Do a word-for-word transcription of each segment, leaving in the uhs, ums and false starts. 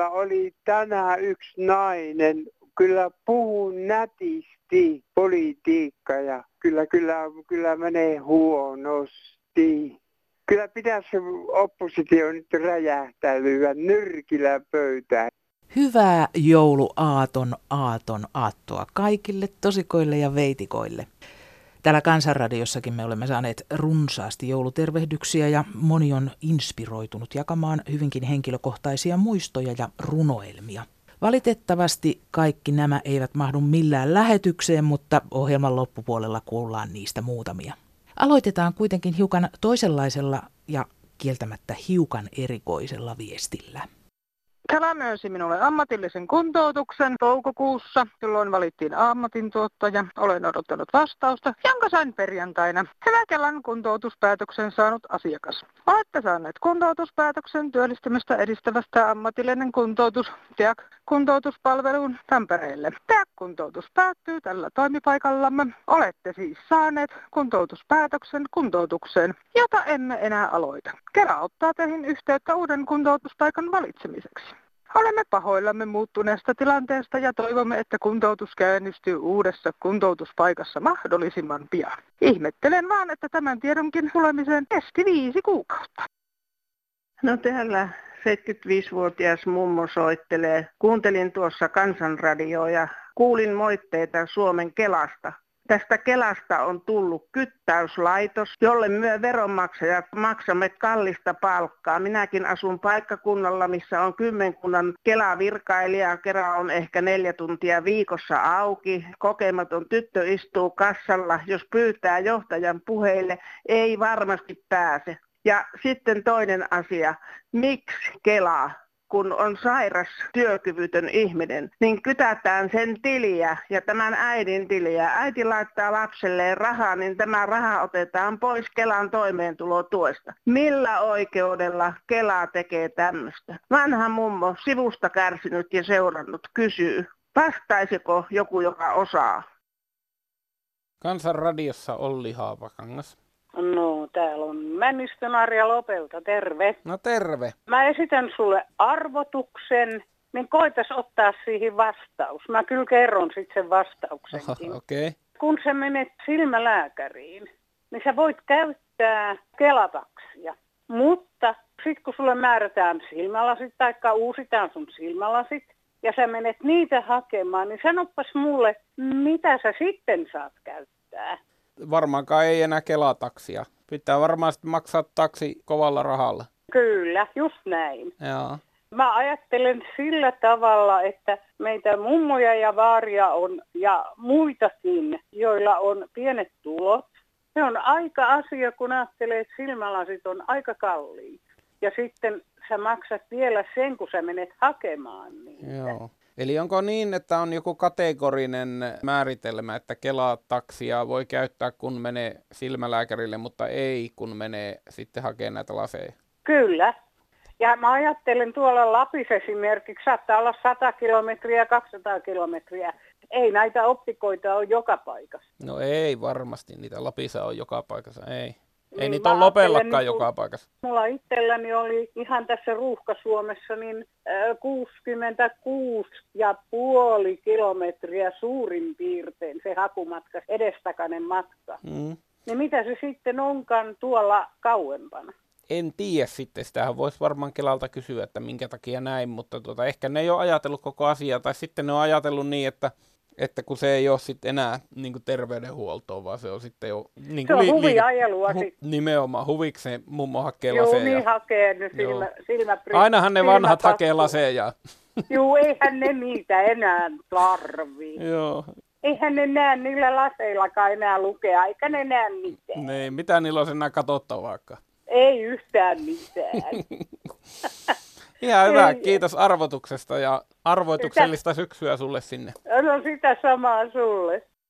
Minulla oli tänään yksi nainen, kyllä puhun nätisti politiikka ja kyllä, kyllä, kyllä menee huonosti. Kyllä pitäisi oppositio nyt räjähtälyä nyrkillä pöytään. Hyvää jouluaaton aaton aattoa kaikille tosikoille ja veitikoille. Täällä Kansanradiossakin me olemme saaneet runsaasti joulutervehdyksiä ja moni on inspiroitunut jakamaan hyvinkin henkilökohtaisia muistoja ja runoelmia. Valitettavasti kaikki nämä eivät mahdu millään lähetykseen, mutta ohjelman loppupuolella kuullaan niistä muutamia. Aloitetaan kuitenkin hiukan toisenlaisella ja kieltämättä hiukan erikoisella viestillä. Kela myönsi minulle ammatillisen kuntoutuksen toukokuussa, jolloin valittiin ammatintuottaja. Olen odottanut vastausta, jonka sain perjantaina. Hyvä Kelan kuntoutuspäätöksen saanut asiakas. Olette saaneet kuntoutuspäätöksen työllistymistä edistävästä ammatillinen kuntoutus T E A K-kuntoutuspalveluun Tampereelle. T E A K-kuntoutus päättyy tällä toimipaikallamme. Olette siis saaneet kuntoutuspäätöksen kuntoutukseen, jota emme enää aloita. Kela ottaa teihin yhteyttä uuden kuntoutuspaikan valitsemiseksi. Olemme pahoillamme muuttuneesta tilanteesta ja toivomme, että kuntoutus käynnistyy uudessa kuntoutuspaikassa mahdollisimman pian. Ihmettelen vaan, että tämän tiedonkin tulemiseen kesti viisi kuukautta. No täällä seitsemänkymmentäviisivuotias mummo soittelee. Kuuntelin tuossa Kansanradioa ja kuulin moitteita Suomen Kelasta. Tästä Kelasta on tullut kyttäyslaitos, jolle myö veronmaksajat maksamme kallista palkkaa. Minäkin asun paikkakunnalla, missä on kymmenkunnan Kela-virkailijaa. Kela on ehkä neljä tuntia viikossa auki. Kokematon tyttö istuu kassalla. Jos pyytää johtajan puheille, ei varmasti pääse. Ja sitten toinen asia. Miksi Kela? Kun on sairas, työkyvytön ihminen, niin kytätään sen tiliä ja tämän äidin tiliä. Äiti laittaa lapselleen rahaa, niin tämä raha otetaan pois Kelan toimeentulotuesta. Millä oikeudella Kela tekee tämmöistä? Vanha mummo, sivusta kärsinyt ja seurannut, kysyy. Vastaisiko joku, joka osaa? Kansanradiossa Olli Haapakangas. No, täällä on Männistön Arja Lopelta, terve. No terve. Mä esitän sulle arvotuksen, niin koitas ottaa siihen vastaus. Mä kyllä kerron sitten sen vastauksenkin. Okei. Okay. Kun sä menet silmälääkäriin, niin sä voit käyttää Kelataksia. Mutta sitten kun sulle määrätään silmälasit tai uusitaan sun silmälasit, ja sä menet niitä hakemaan, niin sanoppas mulle, mitä sä sitten saat käyttää. Varmaankaan ei enää Kelataksia. Pitää varmaan sitten maksaa taksi kovalla rahalla. Kyllä, just näin. Joo. Mä ajattelen sillä tavalla, että meitä mummoja ja vaaria on ja muitakin, joilla on pienet tulot. Se on aika asia, kun ajattelee, että silmälasit on aika kalliit. Ja sitten sä maksat vielä sen, kun sä menet hakemaan niitä. Joo. Eli onko niin, että on joku kategorinen määritelmä, että Kela-taksia voi käyttää, kun menee silmälääkärille, mutta ei, kun menee sitten hakemaan näitä laseja? Kyllä. Ja mä ajattelen tuolla Lapissa esimerkiksi, saattaa olla sata kilometriä, kaksisataa kilometriä. Ei näitä optikoita ole joka paikassa. No ei varmasti, niitä Lapissa on joka paikassa, ei. Ei niin niitä ole Lopellakaan niin, joka paikassa. Mulla itselläni oli ihan tässä Ruuhka-Suomessa niin kuusikymmentäkuusi pilkku viisi kilometriä suurin piirtein se hakumatka, edestakainen matka. Mm. Niin mitä se sitten onkaan tuolla kauempana? En tiedä sitten, sitähän voisi varmaan Kelalta kysyä, että minkä takia näin, mutta tuota, ehkä ne ei ole ajatellut koko asiaa, tai sitten ne on ajatellut niin, että Että kun se ei ole sitten enää niin kuin terveydenhuoltoa, vaan se on sitten jo... Niin kuin se on huviajelua hu, sitten. Nimenomaan, huvikseen mummo hakee Joo, laseja. Joo, niin hakee ne silmä, silmäpri. Ainahan ne vanhat hakee laseja. Joo, eihän ne niitä enää tarvii. Joo. Eihän ne näe niillä laseillakaan enää lukea, eikä ne näe mitään. Niin, mitä niillä on enää katsottavaakaan? Ei yhtään mitään. Ihan hyvä, kiitos arvotuksesta ja arvoituksellista syksyä sulle sinne. No sitä samaa sulle.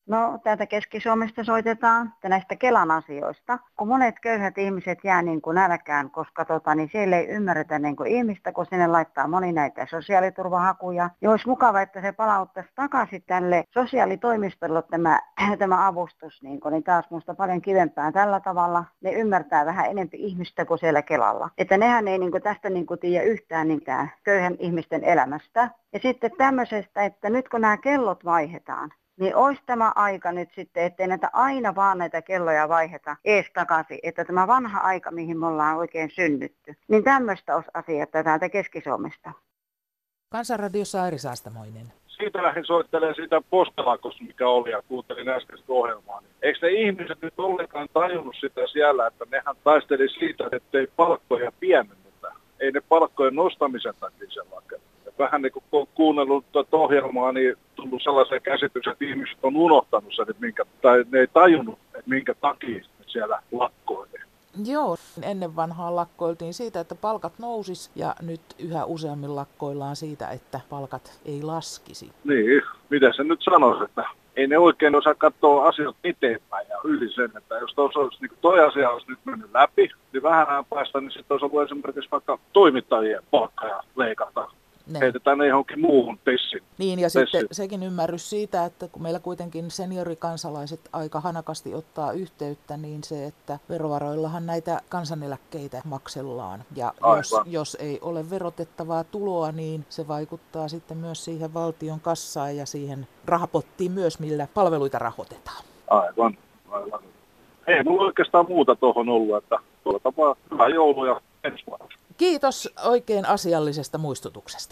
No, täältä Keski-Suomesta soitetaan näistä Kelan asioista. Kun monet köyhät ihmiset jää niin kuin nälkään, koska tota, niin siellä ei ymmärretä niin kuin ihmistä, kun sinne laittaa moni näitä sosiaaliturvahakuja. Ja olisi mukava, että se palauttaisi takaisin tälle sosiaalitoimistolle tämä, tämä avustus, niin, kuin, niin taas minusta paljon kivempää tällä tavalla. Ne ymmärtää vähän enemmän ihmistä kuin siellä Kelalla. Että nehän ei niin kuin tästä niin kuin tiedä yhtään mitään köyhän ihmisten elämästä. Ja sitten tämmöisestä, että nyt kun nämä kellot vaihdetaan, niin olisi tämä aika nyt sitten, ettei näitä aina vaan näitä kelloja vaiheta ees takaisin, että tämä vanha aika, mihin me ollaan oikein synnytty, niin tämmöistä olisi asiaa täältä Keski-Suomesta. Kansanradiossa Airi Saastamoinen. Siitä lähdin soittelemaan siitä postalakosta, mikä oli, ja kuuntelin äskeistä ohjelmaa. Eikö ne ihmiset nyt ollenkaan tajunnut sitä siellä, että nehän taisteli siitä, ettei palkkoja pienennetä. Ei ne palkkojen nostamisen takia sen lakea. Vähän niin kuin kun on kuunnellut tuota ohjelmaa, niin tullut sellaisen käsityksen, että ihmiset on unohtanut sen, että minkä, tai ne ei tajunnut, että minkä takia siellä lakkoilee. Joo, ennen vanhaa lakkoiltiin siitä, että palkat nousis ja nyt yhä useammin lakkoillaan siitä, että palkat ei laskisi. Niin, miten se nyt sanoisi, että ei ne oikein osaa katsoa asioita eteenpäin ja yli sen, että jos olisi, niin toi asia olisi nyt mennyt läpi, niin vähän ajan päästä, niin sitten olisi ollut esimerkiksi vaikka toimittajien palkkaa leikata. Ne. Heitetään ne johonkin muuhun tessin. Niin, ja tessin. Sitten sekin ymmärrys siitä, että kun meillä kuitenkin seniorikansalaiset aika hanakasti ottaa yhteyttä, niin se, että verovaroillahan näitä kansaneläkkeitä maksellaan. Ja jos, jos ei ole verotettavaa tuloa, niin se vaikuttaa sitten myös siihen valtion kassaan ja siihen rahapottiin myös, millä palveluita rahoitetaan. Aivan, aivan. Ei mulla oikeastaan muuta tuohon ollut, että tuolla tapaa hyvää joulua ja ensi vuonna. Kiitos oikein asiallisesta muistutuksesta.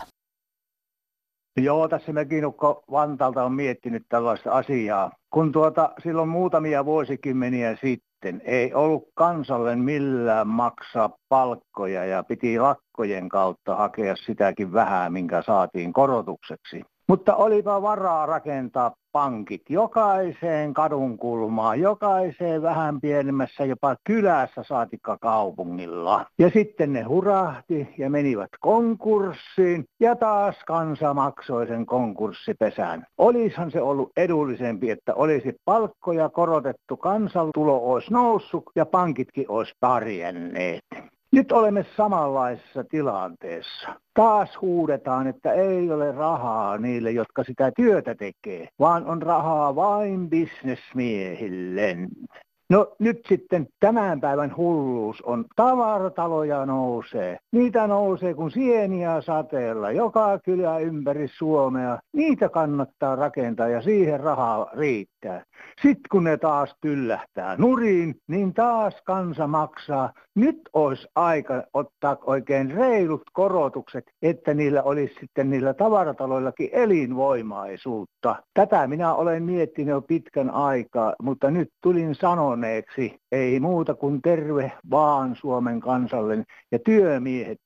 Joo, tässä Mäkinukko Vantaalta on miettinyt tällaista asiaa. Kun tuota, silloin muutamia vuosikymmeniä sitten ei ollut kansalle millään maksaa palkkoja ja piti lakkojen kautta hakea sitäkin vähän, minkä saatiin korotukseksi. Mutta olipa varaa rakentaa pankit jokaiseen kadunkulmaan, jokaiseen vähän pienemmässä, jopa kylässä saatikka kaupungilla. Ja sitten ne hurahti ja menivät konkurssiin ja taas kansa maksoi sen konkurssipesän. Olisihan se ollut edullisempi, että olisi palkkoja korotettu, kansantulo olisi noussut ja pankitkin olisi pärjänneet. Nyt olemme samanlaisessa tilanteessa. Taas huudetaan, että ei ole rahaa niille, jotka sitä työtä tekee, vaan on rahaa vain bisnesmiehille. No nyt sitten tämän päivän hulluus on, tavarataloja nousee. Niitä nousee kuin sieniä sateella, joka kylä ympäri Suomea. Niitä kannattaa rakentaa ja siihen rahaa riittää. Sitten kun ne taas tyllähtää nuriin, niin taas kansa maksaa. Nyt olisi aika ottaa oikein reilut korotukset, että niillä olisi sitten niillä tavarataloillakin elinvoimaisuutta. Tätä minä olen miettinyt jo pitkän aikaa, mutta nyt tulin sanoneeksi, ei muuta kuin terve vaan Suomen kansalle ja työmiehet.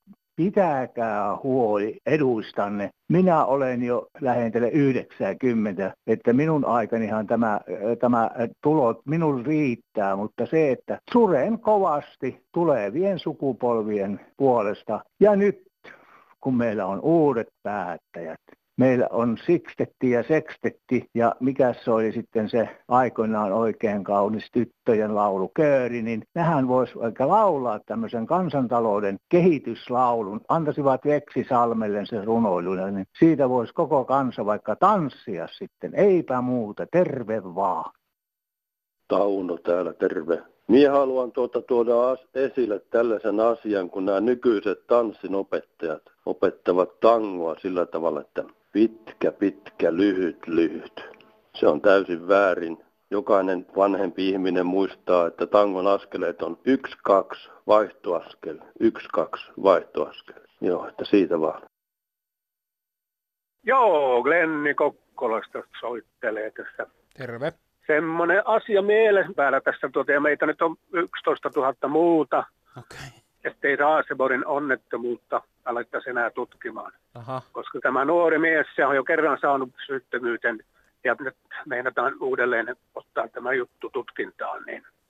Pitäkää huoli eduistanne. Minä olen jo lähentele yhdeksänkymmentä, että minun aikanihan tämä, tämä tulot minun riittää, mutta se, että suren kovasti tulevien sukupolvien puolesta. Ja nyt, kun meillä on uudet päättäjät, meillä on sikstetti ja sekstetti ja mikä se oli sitten se aikoinaan oikein kaunis tyttöjen laulukööri, niin nehän vois vaikka laulaa tämmöisen kansantalouden kehityslaulun, antaisivat Veksisalmelle sen runoilun, niin siitä voisi koko kansa vaikka tanssia sitten, eipä muuta, terve vaan. Tauno täällä, terve. Minä haluan tuota tuoda esille tällaisen asian, kun nämä nykyiset tanssinopettajat opettavat tangoa sillä tavalla, että pitkä, pitkä, lyhyt, lyhyt. Se on täysin väärin. Jokainen vanhempi ihminen muistaa, että tangon askeleet on yksi, kaksi, vaihtoaskel, yksi, kaksi, vaihtoaskel. Joo, että siitä vaan. Joo, Glenni Kokkolasta soittelee tässä. Terve. Semmoinen asia mielen päällä tässä, tuota, ja meitä nyt on yksitoista tuhatta muuta, okay. Ettei Raaseporin onnettomuutta alettaisi enää tutkimaan. Aha. Koska tämä nuori mies, se on jo kerran saanut syyttömyyden, ja nyt meinataan uudelleen ottaa tämä juttu tutkintaan, niin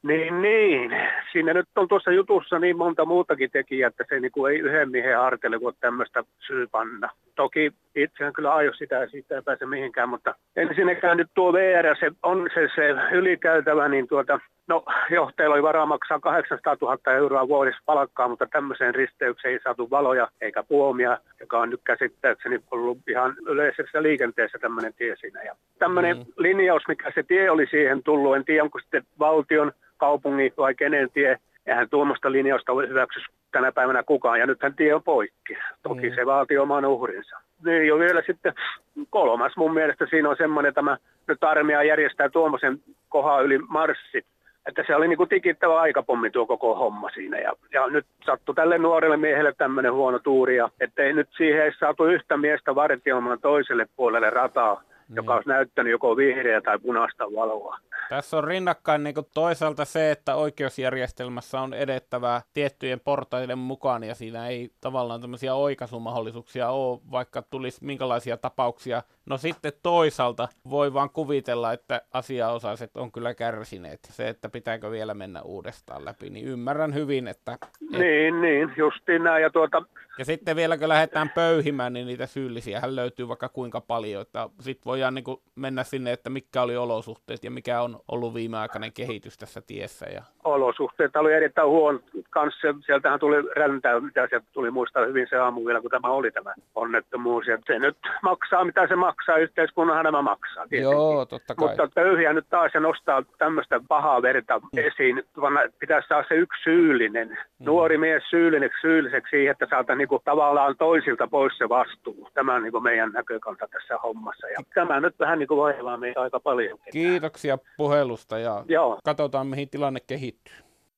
Niin, niin. Siinä nyt on tuossa jutussa niin monta muutakin tekijää, että se niin kuin ei yhden miehen harteille voi tämmöistä syypanna. Toki itsehän kyllä aio sitä ja siitä ei pääse mihinkään, mutta ensinnäkään nyt tuo V R, se on se, se ylikäytävä, niin tuota, no johtajalla oli varaa maksaa kahdeksansataatuhatta euroa vuodessa palkkaa, mutta tämmöiseen risteykseen ei saatu valoja eikä puomia, joka on nyt käsittääkseni ollut ihan yleisessä liikenteessä tämmöinen tie siinä. Ja tämmöinen mm. linjaus, mikä se tie oli siihen tullut, en tiedä onko sitten valtion, kaupungin vai kenen tie, eihän tuommoista linjausta voi hyväksyä tänä päivänä kukaan, ja nythän tie on poikki. Toki mm. se vaatii oman uhrinsa. Niin jo vielä sitten kolmas mun mielestä siinä on semmoinen, että tämä nyt armeija järjestää tuommoisen kohan yli marssit, että se oli niin kuin tikittävä aikapommi tuo koko homma siinä. Ja, ja nyt sattui tälle nuorelle miehelle tämmöinen huono tuuri, ja ettei nyt siihen ei saatu yhtä miestä vartioimaan toiselle puolelle rataa, mm. joka olisi näyttänyt joko vihreä tai punaista valoa. Tässä on rinnakkain niin kuin toisaalta se, että oikeusjärjestelmässä on edettävää tiettyjen portaiden mukaan, ja siinä ei tavallaan tämmöisiä oikaisumahdollisuuksia ole, vaikka tulisi minkälaisia tapauksia. No sitten toisaalta voi vaan kuvitella, että asianosaiset on kyllä kärsineet. Se, että pitääkö vielä mennä uudestaan läpi, niin ymmärrän hyvin, että... Et... Niin, niin, justiin näin. Ja, tuota... ja sitten vielä kun lähdetään pöyhimään, niin niitä syyllisiähän löytyy vaikka kuinka paljon. Sitten voidaan niin kuin mennä sinne, että mitkä oli olosuhteet ja mikä on ollut viimeaikainen kehitys tässä tiessä. Ja... Olosuhteet oli erittäin huono kanssa. Sieltähän tuli räntää, mitä sieltä tuli muistaa hyvin se aamu vielä, kun tämä oli tämä onnettomuus. Ja se nyt maksaa, mitä se maksaa, yhteiskunnanhan nämä maksaa. Tietenkin. Joo, totta kai. Mutta pöyhiä nyt taas ja nostaa tämmöistä pahaa verta mm. esiin. Pitäisi saada se yksi syyllinen, mm. nuori mies syylliseksi, syylliseksi siihen, että saataisiin niinku tavallaan toisilta pois se vastuu. Tämä on niinku meidän näkökanta tässä hommassa. Ja tämä nyt vähän niinku vaivaa meitä aika paljon. Kiitoksia puhelusta ja Joo. katsotaan, mihin tilanne kehittyy.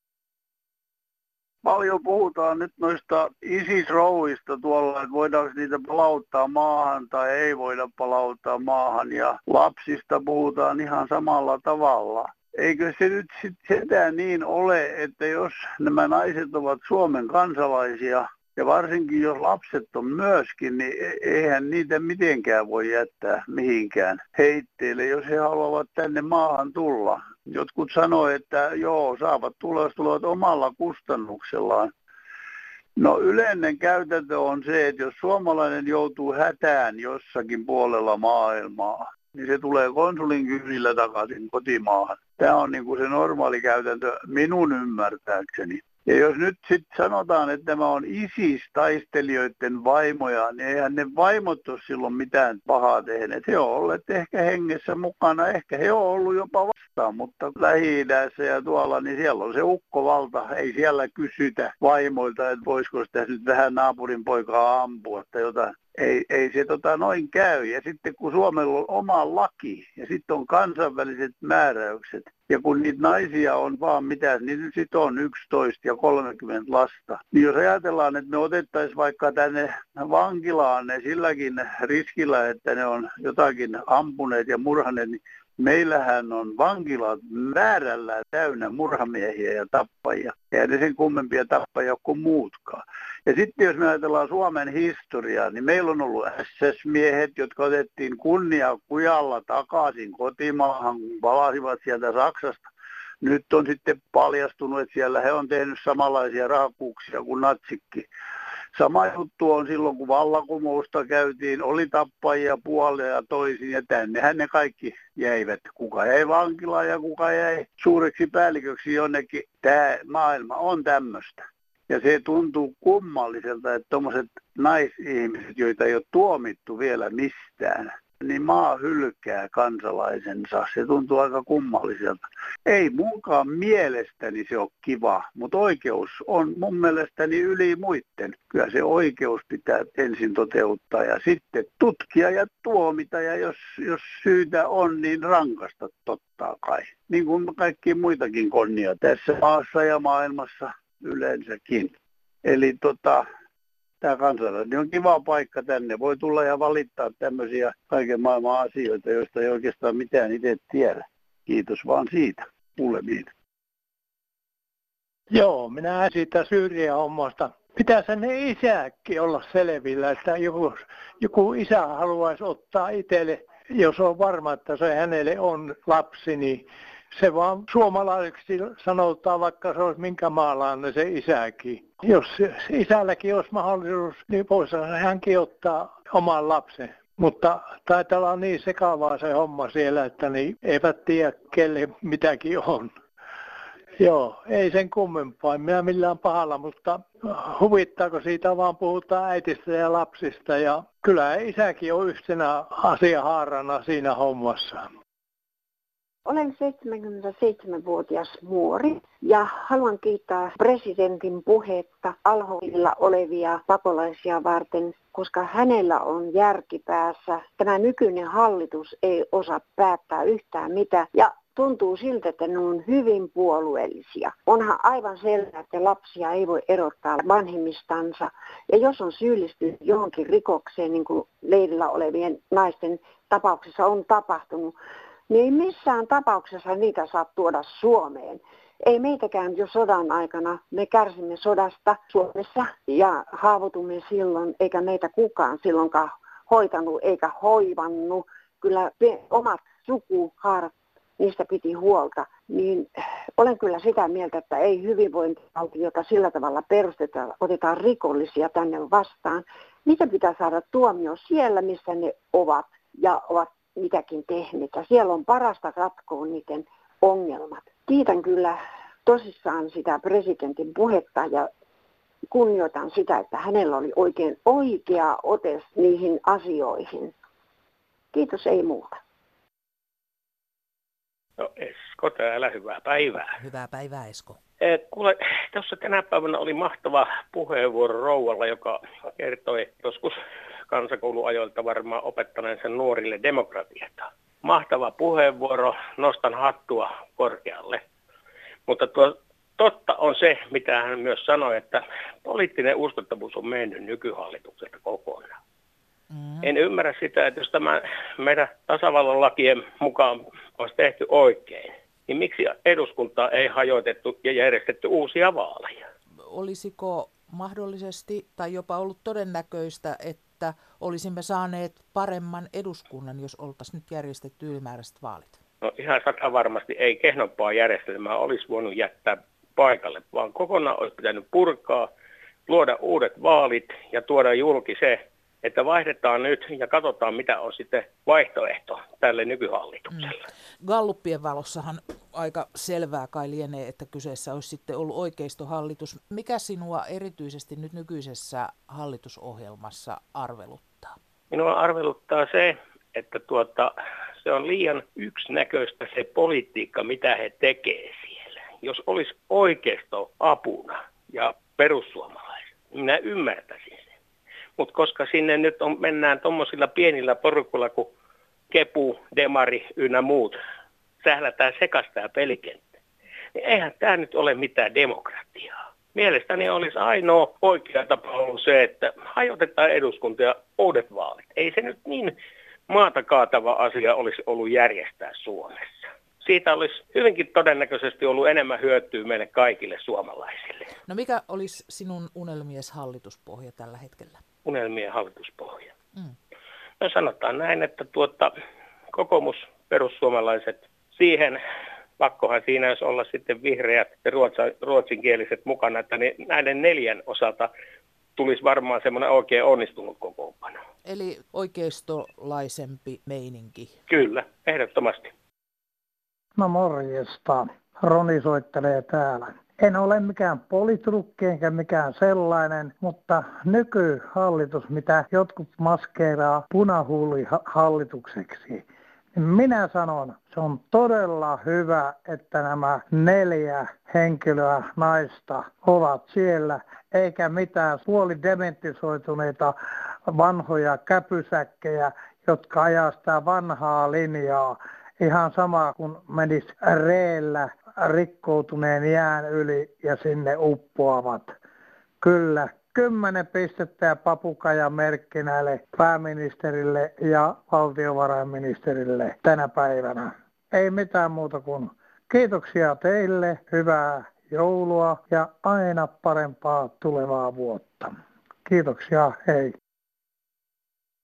Paljon puhutaan nyt noista ISIS-rouhista tuolla, että voidaanko niitä palauttaa maahan tai ei voida palauttaa maahan. Ja lapsista puhutaan ihan samalla tavalla. Eikö se nyt sitten setään niin ole, että jos nämä naiset ovat Suomen kansalaisia, ja varsinkin jos lapset on myöskin, niin eihän niitä mitenkään voi jättää mihinkään heitteille, jos he haluavat tänne maahan tulla. Jotkut sanoo, että joo, saavat tulla, jos tulevat omalla kustannuksellaan. No yleinen käytäntö on se, että jos suomalainen joutuu hätään jossakin puolella maailmaa, niin se tulee konsulin kyydillä takaisin kotimaahan. Tämä on niin kuin se normaali käytäntö minun ymmärtääkseni. Ja jos nyt sitten sanotaan, että tämä on ISIS-taistelijoiden vaimoja, niin eihän ne vaimot ole silloin mitään pahaa tehneet. He ovat olleet ehkä hengessä mukana, ehkä he ovat ollut jopa vastaan, mutta Lähi-idässä ja tuolla, niin siellä on se ukkovalta. Ei siellä kysytä vaimoilta, että voisiko sitä nyt vähän naapurin poikaa ampua tai jotain. Ei, ei se tota noin käy. Ja sitten kun Suomella on oma laki ja sitten on kansainväliset määräykset. Ja kun niitä naisia on vaan mitä, niin nyt sitten on yksitoista ja kolmekymmentä lasta. Niin jos ajatellaan, että me otettaisiin vaikka tänne vankilaan ne silläkin riskillä, että ne on jotakin ampuneet ja murhaneet, niin meillähän on vankilat määrällään täynnä murhamiehiä ja tappajia. Ja ne sen kummempia tappajia kuin muutkaan. Ja sitten jos me ajatellaan Suomen historiaa, niin meillä on ollut S S-miehet, jotka otettiin kunniakujalla takaisin kotimaahan, kun palasivat sieltä Saksasta. Nyt on sitten paljastunut, että siellä he on tehnyt samanlaisia rahkuuksia kuin natsikki. Sama juttu on silloin, kun vallankumousta käytiin, oli tappajia puolella ja toisin, ja tännehän ne kaikki jäivät. Kuka jäi vankilaan ja kuka jäi suureksi päälliköksi jonnekin. Tämä maailma on tämmöistä. Ja se tuntuu kummalliselta, että tuommoiset naisihmiset, joita ei ole tuomittu vielä mistään, niin maa hylkää kansalaisensa. Se tuntuu aika kummalliselta. Ei munkaan mielestäni se ole kiva, mutta oikeus on mun mielestäni yli muitten. Kyllä se oikeus pitää ensin toteuttaa ja sitten tutkia ja tuomita ja jos, jos syytä on, niin rankasta totta kai. Niin kuin kaikki muitakin konnia tässä maassa ja maailmassa yleensäkin. Eli tota... Tämä kansalainen on kiva paikka tänne. Voi tulla ja valittaa tämmöisiä kaiken maailman asioita, joista ei oikeastaan mitään itse tiedä. Kiitos vaan siitä. Kuulemiin. Joo, minä siitä syrjähommasta. Pitäisi ne isäkin olla selvillä, että joku, joku isä haluaisi ottaa itselle, jos on varma, että se hänelle on lapsi, niin Se vaan suomalaiseksi sanotaan, vaikka se olisi minkä maalainen se isäkin. Jos isälläkin olisi mahdollisuus, niin voisi hänkin ottaa oman lapsen. Mutta taitaa olla niin sekavaa se homma siellä, että niin eivät tiedä, kelle mitäkin on. Joo, ei sen kummempaa. Minä millään pahalla, mutta huvittaako siitä vaan puhutaan äitistä ja lapsista. Ja kyllä isäkin on yhtenä asiahaarana siinä hommassa. Olen seitsemänkymmentäseitsemänvuotias muori ja haluan kiittää presidentin puhetta Al-Holilla olevia pakolaisia varten, koska hänellä on järkipäässä. Tämä nykyinen hallitus ei osaa päättää yhtään mitään ja tuntuu siltä, että ne on hyvin puolueellisia. Onhan aivan selvää, että lapsia ei voi erottaa vanhemmistansa. Ja jos on syyllistynyt johonkin rikokseen, niin kuin leirillä olevien naisten tapauksessa on tapahtunut, niin ei missään tapauksessa niitä saa tuoda Suomeen. Ei meitäkään jo sodan aikana, me kärsimme sodasta Suomessa ja haavoitumme silloin, eikä meitä kukaan silloinkaan hoitanut eikä hoivannut. Kyllä omat sukuhaarat, niistä piti huolta. Niin olen kyllä sitä mieltä, että ei hyvinvointivaltiota sillä tavalla perusteta, otetaan rikollisia tänne vastaan. Niitä pitää saada tuomio siellä, missä ne ovat ja ovat mitäkin tehnyt. Ja siellä on parasta ratkoa niiden ongelmat. Kiitän kyllä tosissaan sitä presidentin puhetta ja kunnioitan sitä, että hänellä oli oikein oikea ote niihin asioihin. Kiitos, ei muuta. No Esko täällä, hyvää päivää. Hyvää päivää, Esko. Eh, kuule, tuossa tänä päivänä oli mahtava puheenvuoro rouvalla, joka kertoi joskus kansakouluajoilta varmaan opettaneensa nuorille demokratiaa. Mahtava puheenvuoro, nostan hattua korkealle. Mutta tuo, totta on se, mitä hän myös sanoi, että poliittinen uskottavuus on mennyt nykyhallitukselta kokonaan. Mm. En ymmärrä sitä, että jos tämä meidän tasavallan lakien mukaan olisi tehty oikein, niin miksi eduskuntaa ei hajoitettu ja järjestetty uusia vaaleja? Olisiko mahdollisesti tai jopa ollut todennäköistä, että olisimme saaneet paremman eduskunnan, jos oltaisiin nyt järjestetty ylimääräiset vaalit? No ihan sata varmasti ei kehnompaa järjestelmää olisi voinut jättää paikalle, vaan kokonaan olisi pitänyt purkaa, luoda uudet vaalit ja tuoda julki se, että vaihdetaan nyt ja katsotaan, mitä on sitten vaihtoehto tälle nykyhallitukselle. Mm. Galluppien valossahan aika selvää kai lienee, että kyseessä olisi sitten ollut oikeistohallitus. Mikä sinua erityisesti nyt nykyisessä hallitusohjelmassa arveluttaa? Minua arveluttaa se, että tuota, se on liian yksinäköistä se politiikka, mitä he tekee siellä. Jos olisi oikeisto apuna ja perussuomalaiset, minä ymmärtäisin sen. Mutta koska sinne nyt on, mennään tuommoisilla pienillä porukulla kuin Kepu, Demari ynnä muut, sählätään sekasta ja pelikenttä, niin eihän tämä nyt ole mitään demokratiaa. Mielestäni olisi ainoa oikea tapa ollut se, että hajotetaan eduskunta ja uudet vaalit. Ei se nyt niin maata kaatava asia olisi ollut järjestää Suomessa. Siitä olisi hyvinkin todennäköisesti ollut enemmän hyötyä meille kaikille suomalaisille. No mikä olisi sinun unelmies hallituspohja tällä hetkellä? Unelmien hallituspohja. Mm. No sanotaan näin, että tuota, kokoomus, perussuomalaiset, siihen pakkohan siinä jos olla sitten vihreät ja ruotsa, ruotsinkieliset mukana, että näiden neljän osalta tulisi varmaan semmoinen oikein onnistunut kokoonpano. Eli oikeistolaisempi meininki. Kyllä, ehdottomasti. No morjesta. Roni soittelee täällä. En ole mikään politrukki enkä mikään sellainen, mutta nykyhallitus, mitä jotkut maskeeraa punahuulihallitukseksi, niin minä sanon, se on todella hyvä, että nämä neljä henkilöä, naista, ovat siellä, eikä mitään puolidementisoituneita vanhoja käpysäkkejä, jotka ajaa sitä vanhaa linjaa. Ihan sama kuin menisi reellä rikkoutuneen jään yli ja sinne uppoavat. Kyllä, kymmenen pistettä ja papukaja merkki näille pääministerille ja valtiovarainministerille tänä päivänä. Ei mitään muuta kuin kiitoksia teille, hyvää joulua ja aina parempaa tulevaa vuotta. Kiitoksia, hei.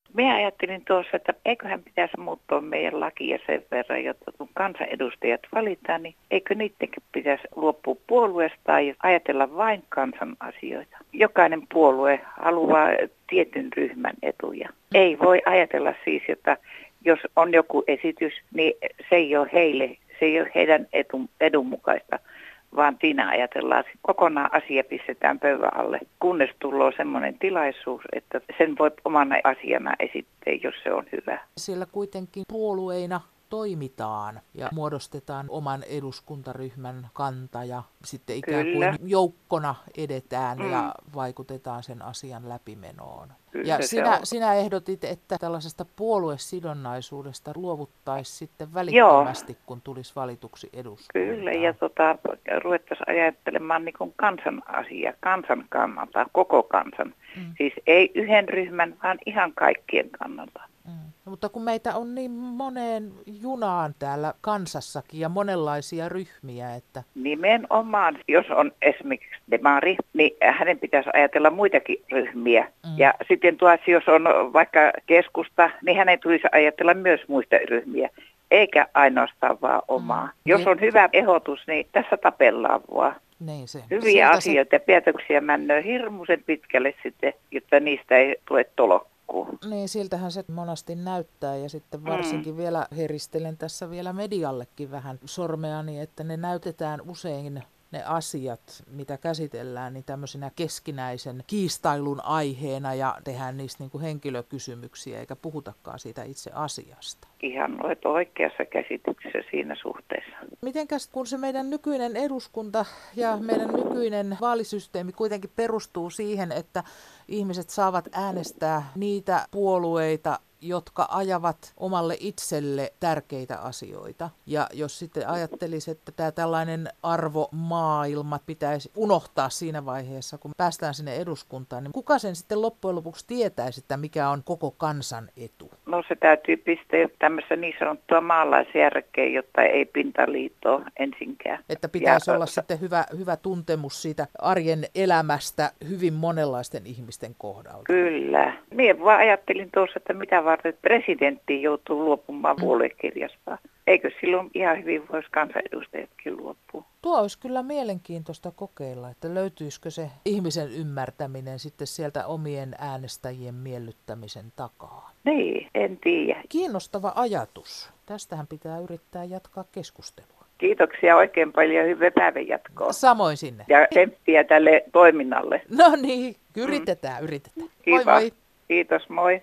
Minä ajattelin tuossa, että eiköhän pitäisi muuttaa meidän lakia sen verran, jotta kun kansanedustajat valitaan, niin eikö niidenkin pitäisi luopua puolueesta ja ajatella vain kansan asioita. Jokainen puolue haluaa tietyn ryhmän etuja. Ei voi ajatella siis, että jos on joku esitys, niin se ei ole heille, se ei ole heidän edun, edun mukaista, vaan siinä ajatellaan, että kokonaan asia pistetään pöydän alle, kunnes tulee semmoinen tilaisuus, että sen voi omana asiana esittää, jos se on hyvä. Siellä kuitenkin puolueina toimitaan ja muodostetaan oman eduskuntaryhmän kanta ja sitten ikään kuin Kyllä. joukkona edetään mm. ja vaikutetaan sen asian läpimenoon. Kyllä, ja sinä, sinä ehdotit, että tällaisesta puoluesidonnaisuudesta luovuttaisiin sitten välittömästi, Joo. kun tulisi valituksi eduskuntaan. Kyllä, ja tota, ruvettaisiin ajattelemaan niin kuin kansan asia, kansan kannalta, koko kansan. Mm. Siis ei yhden ryhmän, vaan ihan kaikkien kannalta. Mm. No, mutta kun meitä on niin moneen junaan täällä kansassakin ja monenlaisia ryhmiä, että... Nimenomaan, jos on esimerkiksi demari, niin hänen pitäisi ajatella muitakin ryhmiä. Mm. Ja sitten tuossa, jos on vaikka keskusta, niin hänen tulisi ajatella myös muista ryhmiä, eikä ainoastaan vaan omaa. Mm. Jos on hyvä ehdotus, niin tässä tapellaan vaan. Niin se. Hyviä Sieltä asioita se... ja päätöksiä männöö hirmuisen pitkälle sitten, jotta niistä ei tule tolokkuun. Niin, siltähän se monasti näyttää ja sitten varsinkin mm. vielä heristelen tässä vielä mediallekin vähän sormeani, että ne näytetään usein ne asiat, mitä käsitellään, niin tämmöisenä keskinäisen kiistailun aiheena ja tehdään niistä niin kuin henkilökysymyksiä eikä puhutakaan siitä itse asiasta. Ihan olet oikeassa käsityksessä siinä suhteessa. Mitenkäs kun se meidän nykyinen eduskunta ja meidän nykyinen vaalisysteemi kuitenkin perustuu siihen, että ihmiset saavat äänestää niitä puolueita, jotka ajavat omalle itselle tärkeitä asioita. Ja jos sitten ajattelisi, että tämä tällainen arvomaailma pitäisi unohtaa siinä vaiheessa, kun päästään sinne eduskuntaan, niin kuka sen sitten loppujen lopuksi tietäisi, että mikä on koko kansan etu? No se täytyy pistää tämmöistä niin sanottua maalaisjärkeä, jotta ei pintaliittoa ensinkään. Että pitäisi ja, olla sitten hyvä, hyvä tuntemus siitä arjen elämästä hyvin monenlaisten ihmisten kohdalla. Kyllä. Minä vaan ajattelin tuossa, että mitä varten presidentti joutuu luopumaan mm. puoluekirjasta. Eikö silloin ihan hyvin voisi kansanedustajatkin luopua? Tuo olisi kyllä mielenkiintoista kokeilla, että löytyisikö se ihmisen ymmärtäminen sitten sieltä omien äänestäjien miellyttämisen takaa. Niin, en tiedä. Kiinnostava ajatus. Tästähän pitää yrittää jatkaa keskustelua. Kiitoksia oikein paljon, hyvää päivänjatkoa. Samoin sinne. Ja tsemppiä tälle toiminnalle. No niin, yritetään, mm. yritetään. Kiitos. Moi moi. Kiitos, moi.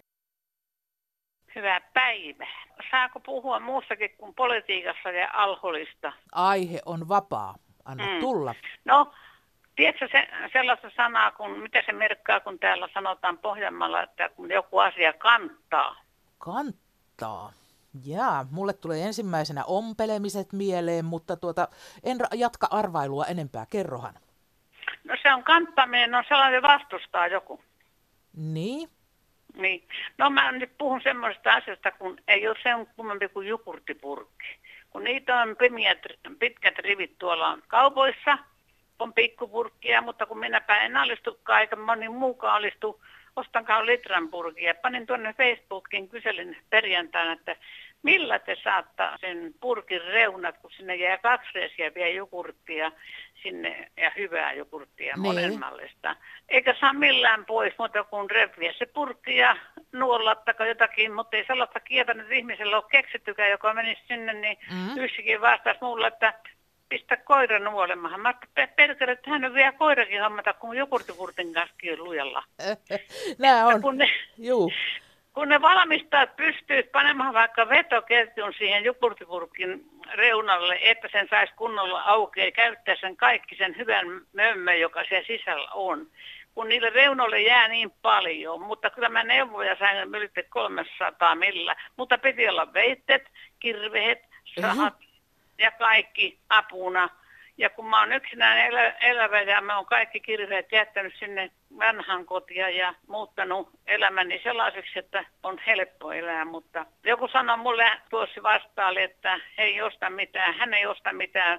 Hyvää päivää. Saako puhua muussakin kuin politiikassa ja alkoholista? Aihe on vapaa. Anna mm. tulla. No, tiedätkö se, sellaista sanaa, kun, mitä se merkkaa, kun täällä sanotaan Pohjanmaalla, että kun joku asia kantaa? Kantaa? Jaa, mulle tulee ensimmäisenä ompelemiset mieleen, mutta tuota, en jatka arvailua enempää. Kerrohan. No se on kantaminen, on sellainen vastustaa joku. Niin? Niin. No mä nyt puhun semmoisesta asiasta, kun ei ole sen kummempi kuin jogurttipurkki. Kun niitä on pimiät, pitkät rivit tuolla kaupoissa, on pikkupurkkia, mutta kun minäpä en alistukaan eikä moni muukaan alistu, ostankaan litran purkia. Panin tuonne Facebookiin, kyselin perjantaina, että millä te saattaa sen purkin reunat, kun sinne jää kaksi reisiä vielä jogurttia sinne ja hyvää jogurttia niin. Monenmallista. Eikä saa millään pois muuta kuin reviä se purkki ja nuollattako jotakin, mutta ei sellaista kieltä nyt ihmisellä ole keksittykään, joka menisi sinne, niin mm. yksikin vastasi mulle, että pistä koira nuolemahan. Mä ajattelin, perkele, että hän on vielä koirakin hommata, kun jogurtipurtin kanssa lujalla. Nää on, kun ne, juu. Kun ne valmistajat pystyisivät panemaan vaikka vetoketjun siihen jogurtipurkin reunalle, että sen saisi kunnolla auki ja käyttää sen kaikki sen hyvän mömmön, joka siellä sisällä on. Kun niille reunoille jää niin paljon, mutta kyllä mä neuvoja sain ylitte kolmesataa millä, mutta piti olla veittet, kirvehet, sahat mm-hmm. ja kaikki apuna. Ja kun mä oon yksinään elä, elävä ja mä oon kaikki kirveet jättänyt sinne vanhan kotia ja muuttanut elämäni sellaiseksi, että on helppo elää. Mutta joku sanoi mulle tuossa vastaalle, että ei osta mitään, hän ei osta mitään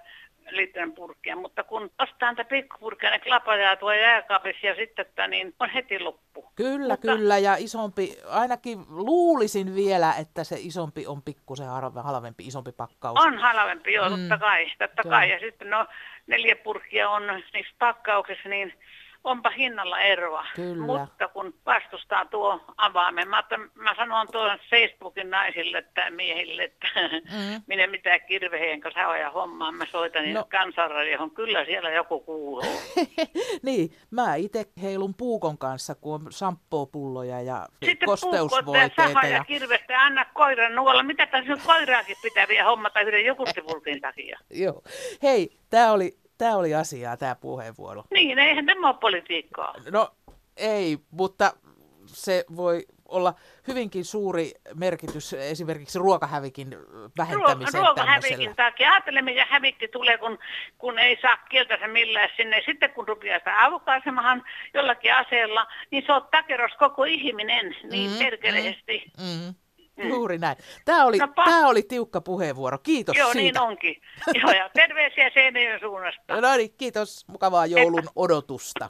litran purkkia, mutta kun ostaa niitä pikkupurkkia, ne klapajaa tuo jääkaapissa ja sitten että, niin on heti loppu. Kyllä, mutta... kyllä, ja isompi, ainakin luulisin vielä, että se isompi on pikkusen halvempi, isompi pakkaus. On halvempi, joo, totta Mm. kai, totta Joo. kai. Ja sitten no neljä purkkia on niissä pakkauksissa, niin onpa hinnalla eroa. Kyllä. Mutta kun vastustaa tuo avaimen, mä, mä sanon tuon Facebookin naisille että miehille, että Mm. minä mitään kirveheen kanssa haoja hommaa, mä soitan No. no. kansanradioon, kyllä siellä joku kuuluu. Niin, mä itse heilun puukon kanssa, kun on shampoopulloja ja Sitten puukkoa ja kosteusvoiteita. sahaa ja Ja... kirvestä ja anna koiran nuolla. Mitä tässä nyt koiraakin pitää vielä hommata yhden jogurttipurkin takia? Joo. Hei, tää oli, tää oli asiaa, tää puheenvuoro. Niin, eihän tämä ole politiikkaa. No ei, mutta se voi olla hyvinkin suuri merkitys esimerkiksi ruokahävikin vähentämiseen Ruokahävikin tämmöisellä. takia. Ajattele, mikä hävikki tulee, kun, kun ei saa kieltänsä millään sinne. Sitten kun rupeaa sitä aukaisemahan jollakin aseella, niin se on takeros koko ihminen niin Mm, perkeleesti. Mm. Juuri näin. Tämä oli, No, pa- tämä oli tiukka puheenvuoro. Kiitos Joo, siitä. niin onkin. Joo, ja terveisiä Seinäjoen suunnasta. No niin, kiitos. Mukavaa joulun odotusta.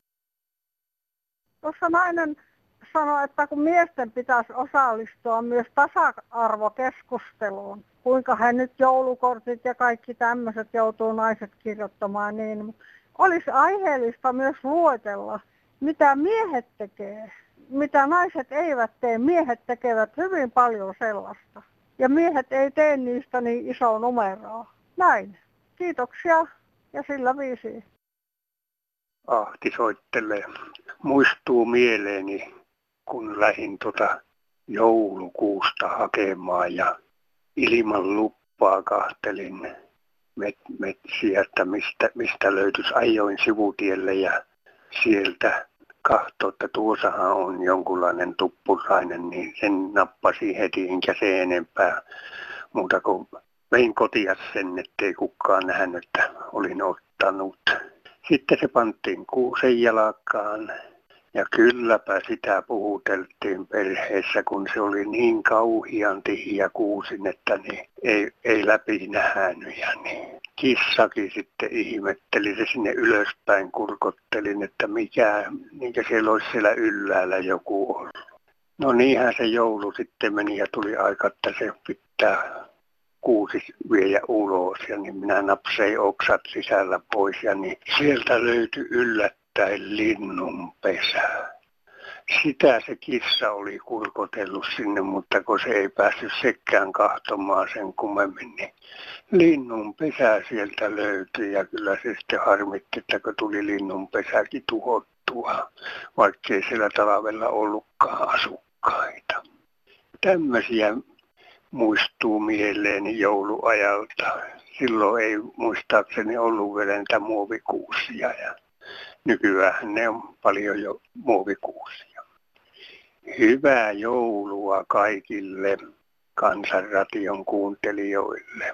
Tuossa nainen sanoi, että kun miesten pitäisi osallistua myös tasa-arvokeskusteluun, kuinka he nyt joulukortit ja kaikki tämmöiset joutuu naiset kirjoittamaan, niin olisi aiheellista myös luetella, mitä miehet tekee, mitä naiset eivät tee. Miehet tekevät hyvin paljon sellaista ja miehet ei tee niistä niin isoa numeroa. Näin. Kiitoksia ja sillä viisiin. Ahti soittelee. Muistuu mieleeni, kun lähdin tuota joulukuusta hakemaan ja ilman luppaa kahtelin met, metsiä, että mistä, mistä löytyisi. Ajoin sivutielle ja sieltä kahtoi, että tuossahan on jonkunlainen tuppurainen, niin sen nappasin heti, enkä se enempää muuta kuin vein kotia sen, ettei kukaan nähnyt, että olin ottanut. Sitten se pantiin kuusen jalkaan ja kylläpä sitä puhuteltiin perheessä, kun se oli niin kauhian tihiä kuusin, että niin ei, ei läpi nähnyt. Ja niin kissakin sitten ihmetteli, se sinne ylöspäin kurkottelin, että mikä, minkä siellä olisi siellä ylhäällä joku ollut. No niinhän se joulu sitten meni ja tuli aika, että se pitää kuusi viejä ulos ja niin minä napsein oksat sisällä pois ja niin sieltä löytyi yllättäen linnunpesä. Sitä se kissa oli kurkotellut sinne, mutta kun se ei päässyt sekään kahtomaan sen kummemmin, niin linnunpesä sieltä löytyi ja kyllä se sitten harmitti, että kun tuli linnunpesäkin tuhottua, vaikkei siellä talvella ollutkaan asukkaita. Tämmöisiä muistuu mieleeni jouluajalta. Silloin ei muistaakseni ollut vielä niitä muovikuusia ja nykyään ne on paljon jo muovikuusia. Hyvää joulua kaikille Kansanradion kuuntelijoille.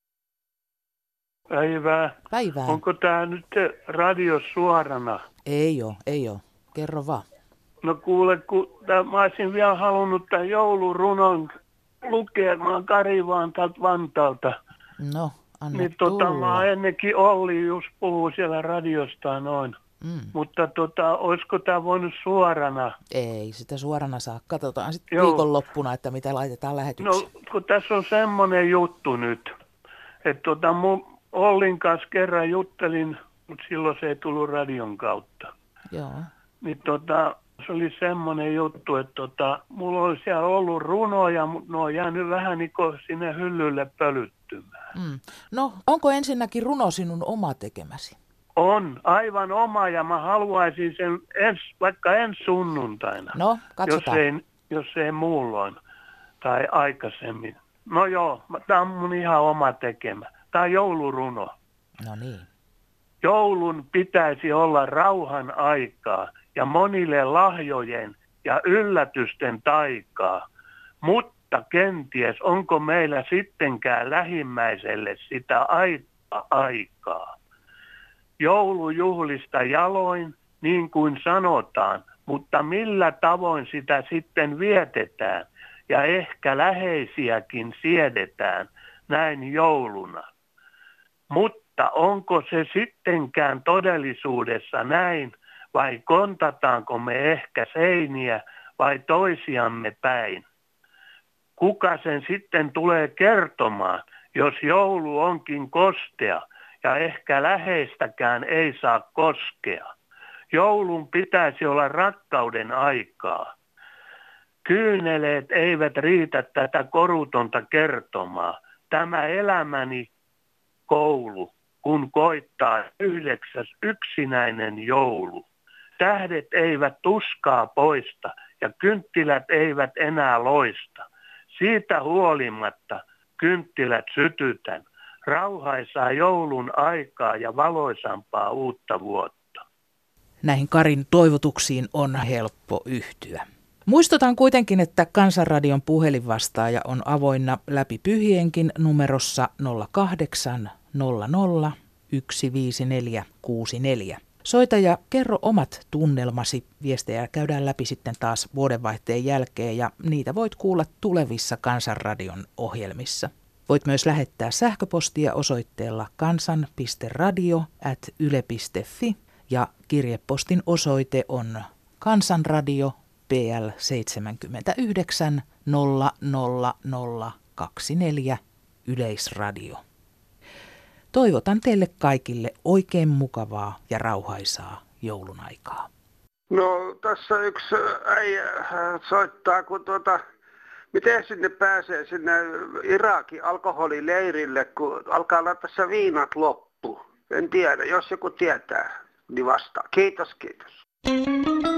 Päivää. Päivää. Onko tämä nyt radio suorana? Ei oo, ei oo. Kerro vaan. No kuule, kun tää, mä olisin vielä halunnut tämän joulurunon lukea, mä oon Kari vaan täältä Vantaalta. No, anna Niin tota, tulla. mä ennenkin Olli just puhuu siellä radiosta noin. Mm. Mutta tota, olisiko tämä voinut suorana? Ei sitä suorana saa. Katsotaan sitten Joo. viikonloppuna, että mitä laitetaan lähetykseen. No, kun tässä on semmoinen juttu nyt, että tota, mun Ollin kanssa kerran juttelin, mutta silloin se ei tullut radion kautta. Joo. Niin tota, se oli semmoinen juttu, että tota, mulla oli siellä ollut runoja, mutta ne on jäänyt vähän niin kuin sinne hyllylle pölyttymään. Mm. No, onko ensinnäkin runo sinun oma tekemäsi? On, aivan oma ja mä haluaisin sen ens, vaikka ensi sunnuntaina. No, katsotaan. Jos ei, jos ei muulloin tai aikaisemmin. No joo, tämä on mun ihan oma tekemä. Tämä on jouluruno. No niin. Joulun pitäisi olla rauhan aikaa ja monille lahjojen ja yllätysten taikaa. Mutta kenties onko meillä sittenkään lähimmäiselle sitä aika aikaa. Joulujuhlista jaloin, niin kuin sanotaan, mutta millä tavoin sitä sitten vietetään ja ehkä läheisiäkin siedetään näin jouluna. Mutta Mutta onko se sittenkään todellisuudessa näin vai kontataanko me ehkä seiniä vai toisiamme päin? Kuka sen sitten tulee kertomaan, jos joulu onkin kostea ja ehkä läheistäkään ei saa koskea? Joulun pitäisi olla rakkauden aikaa. Kyyneleet eivät riitä tätä korutonta kertomaa. Tämä elämäni koulu, kun koittaa yhdeksäs yksinäinen joulu. Tähdet eivät tuskaa poista ja kynttilät eivät enää loista. Siitä huolimatta kynttilät sytytän. Rauhaisaa joulun aikaa ja valoisampaa uutta vuotta. Näihin Karin toivotuksiin on helppo yhtyä. Muistutan kuitenkin, että Kansanradion puhelinvastaaja on avoinna läpi pyhienkin numerossa nolla kahdeksan nolla nolla yksi viisi neljä kuusi neljä. Soita ja kerro omat tunnelmasi. Viestejä käydään läpi sitten taas vuodenvaihteen jälkeen ja niitä voit kuulla tulevissa Kansanradion ohjelmissa. Voit myös lähettää sähköpostia osoitteella kansan piste radio ät yle piste fi ja kirjepostin osoite on Kansanradio P L seitsemänkymmentäyhdeksän nolla nolla nolla kaksikymmentäneljä Yleisradio. Toivotan teille kaikille oikein mukavaa ja rauhaisaa joulun aikaa. No tässä yksi äijä soittaa, kun tuota, miten sinne pääsee sinne Irakin alkoholileirille, kun alkaa olla tässä viinat loppu. En tiedä, jos joku tietää, niin vastaa. Kiitos, kiitos.